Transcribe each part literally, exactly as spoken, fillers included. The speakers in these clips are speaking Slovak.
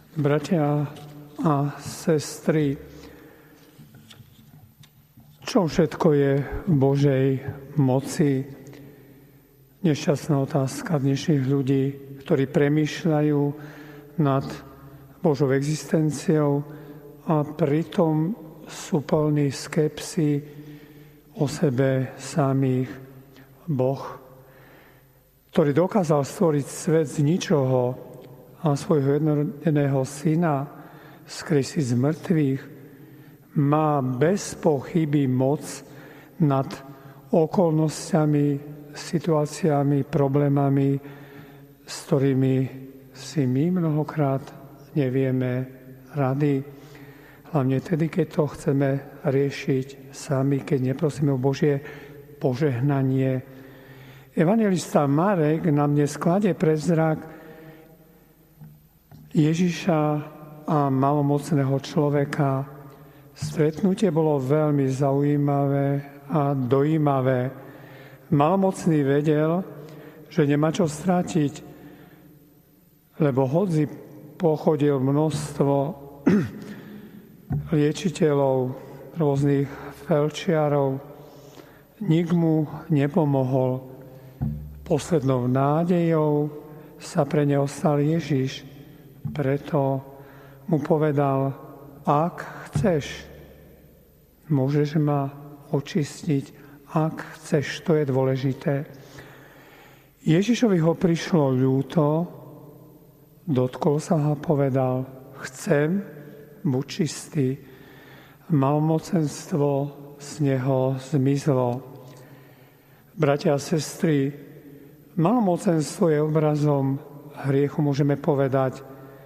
Bratia a sestry, čo všetko je v Božej moci? Nešťastná otázka dnešných ľudí, ktorí premýšľajú nad Božou existenciou a pritom sú plní skepsy o sebe samých. Boh, ktorý dokázal stvoriť svet z ničoho a svojho jednorodeného syna skriesiť z mŕtvych, má bez pochyby moc nad okolnostiami, situáciami, problémami, s ktorými si my mnohokrát nevieme rady. Hlavne tedy, keď to chceme riešiť sami, keď neprosíme o Božie požehnanie. Evanjelista Marek nám dnes kladie pred zrak Ježiša a malomocného človeka. Stretnutie bolo veľmi zaujímavé a dojímavé. Malomocný vedel, že nemá čo stratiť, lebo hodzi pochodil množstvo liečiteľov, rôznych felčiarov, nik mu nepomohol. Poslednou nádejou sa pre neho stal Ježiš. Preto mu povedal: ak chceš, môžeš ma očistiť, ak chceš, to je dôležité. Ježišovi ho prišlo ľúto, dotkol sa ho a povedal: chcem, buď čistý. Malomocenstvo z neho zmizlo. Bratia a sestry, malomocenstvo je obrazom hriechu, môžeme povedať.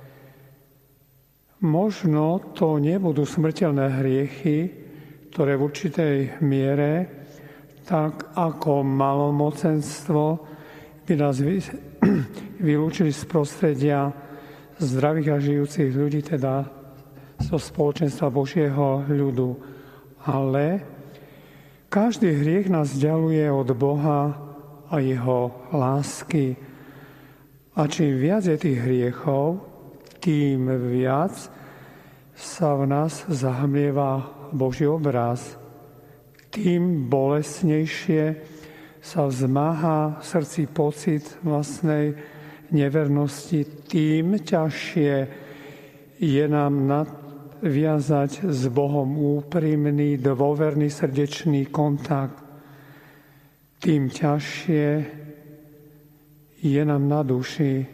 Možno to nebudú smrteľné hriechy, ktoré v určitej miere, tak ako malomocenstvo, by nás vylúčili z prostredia zdravých a žijúcich ľudí, teda zo spoločenstva Božieho ľudu. Ale každý hriech nás vzdialuje od Boha a jeho lásky. A čím viac je tých hriechov, tým viac sa v nás zahmlieva Boží obraz. Tým bolestnejšie sa vzmáha v srdci pocit vlastnej nevernosti, tým ťažšie je nám nadviazať s Bohom úprimný, dôverný, srdečný kontakt. Tým ťažšie je nám na duši.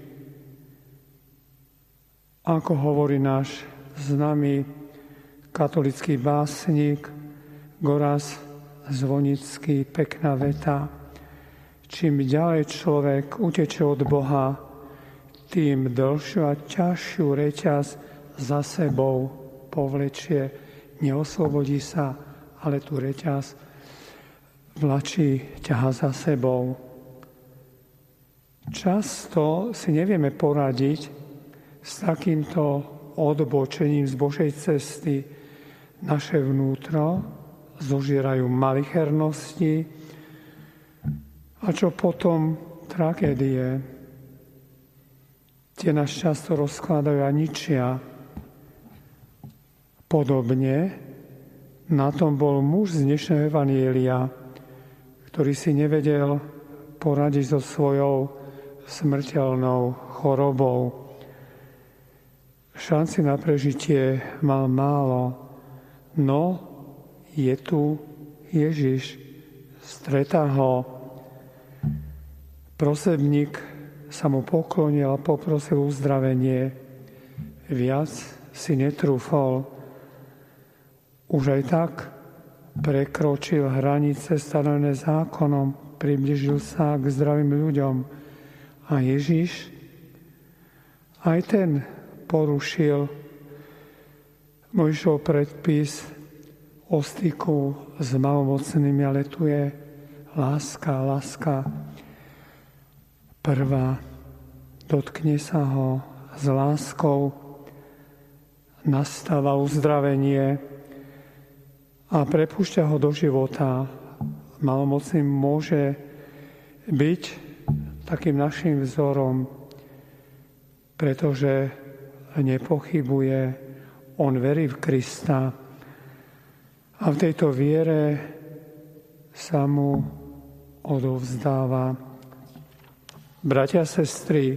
Ako hovorí náš známy katolický básnik Goraz Zvonický, pekná veta: čím ďalej človek uteče od Boha, tým dlhšiu a ťažšiu reťaz za sebou povlečie. Neoslobodí sa, ale tú reťaz vlačí, ťahá za sebou. Často si nevieme poradiť s takýmto odbočením z Božej cesty. Naše vnútro zožierajú malichernosti a čo potom tragédie. Tie nás často rozkladajú a ničia. Podobne na tom bol muž z dnešného evanjelia, ktorý si nevedel poradiť so svojou smrteľnou chorobou. Šanci na prežitie mal málo, no je tu Ježiš, stretá ho. Prosebník sa mu poklonil a poprosil uzdravenie. Viac si netrúfol. Už aj tak prekročil hranice stanovené zákonom, približil sa k zdravým ľuďom. A Ježiš, aj ten porušil Mojžišov predpis o styku s malomocnými, ale tu je láska, láska prvá. Dotkne sa ho s láskou, nastáva uzdravenie a prepúšťa ho do života. Malomocný môže byť takým našim vzorom, pretože nepochybuje, on verí v Krista a v tejto viere sa mu odovzdáva. Bratia a sestry,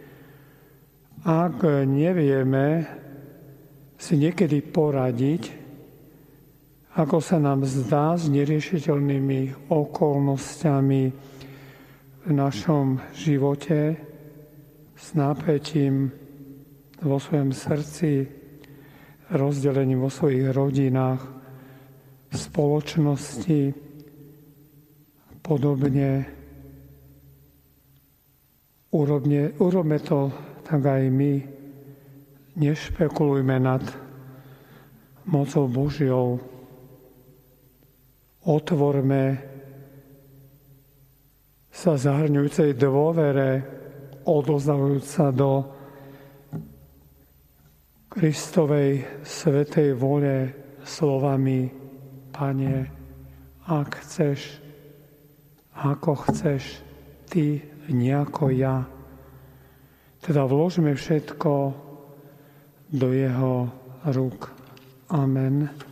ak nevieme si niekedy poradiť, ako sa nám zdá s neriešiteľnými okolnostiami v našom živote, s nápätím vo svojom srdci, rozdelením vo svojich rodinách, v spoločnosti, podobne. Urobne, urobme to tak aj my. Nešpekulujme nad mocou Božiou. Otvorme sa zahrňujúcej dôvere, odovzdávajúc sa do Kristovej svätej vôle slovami: Pane, ak chceš, ako chceš, ty, nejako ja. Teda vložme všetko do jeho rúk. Amen.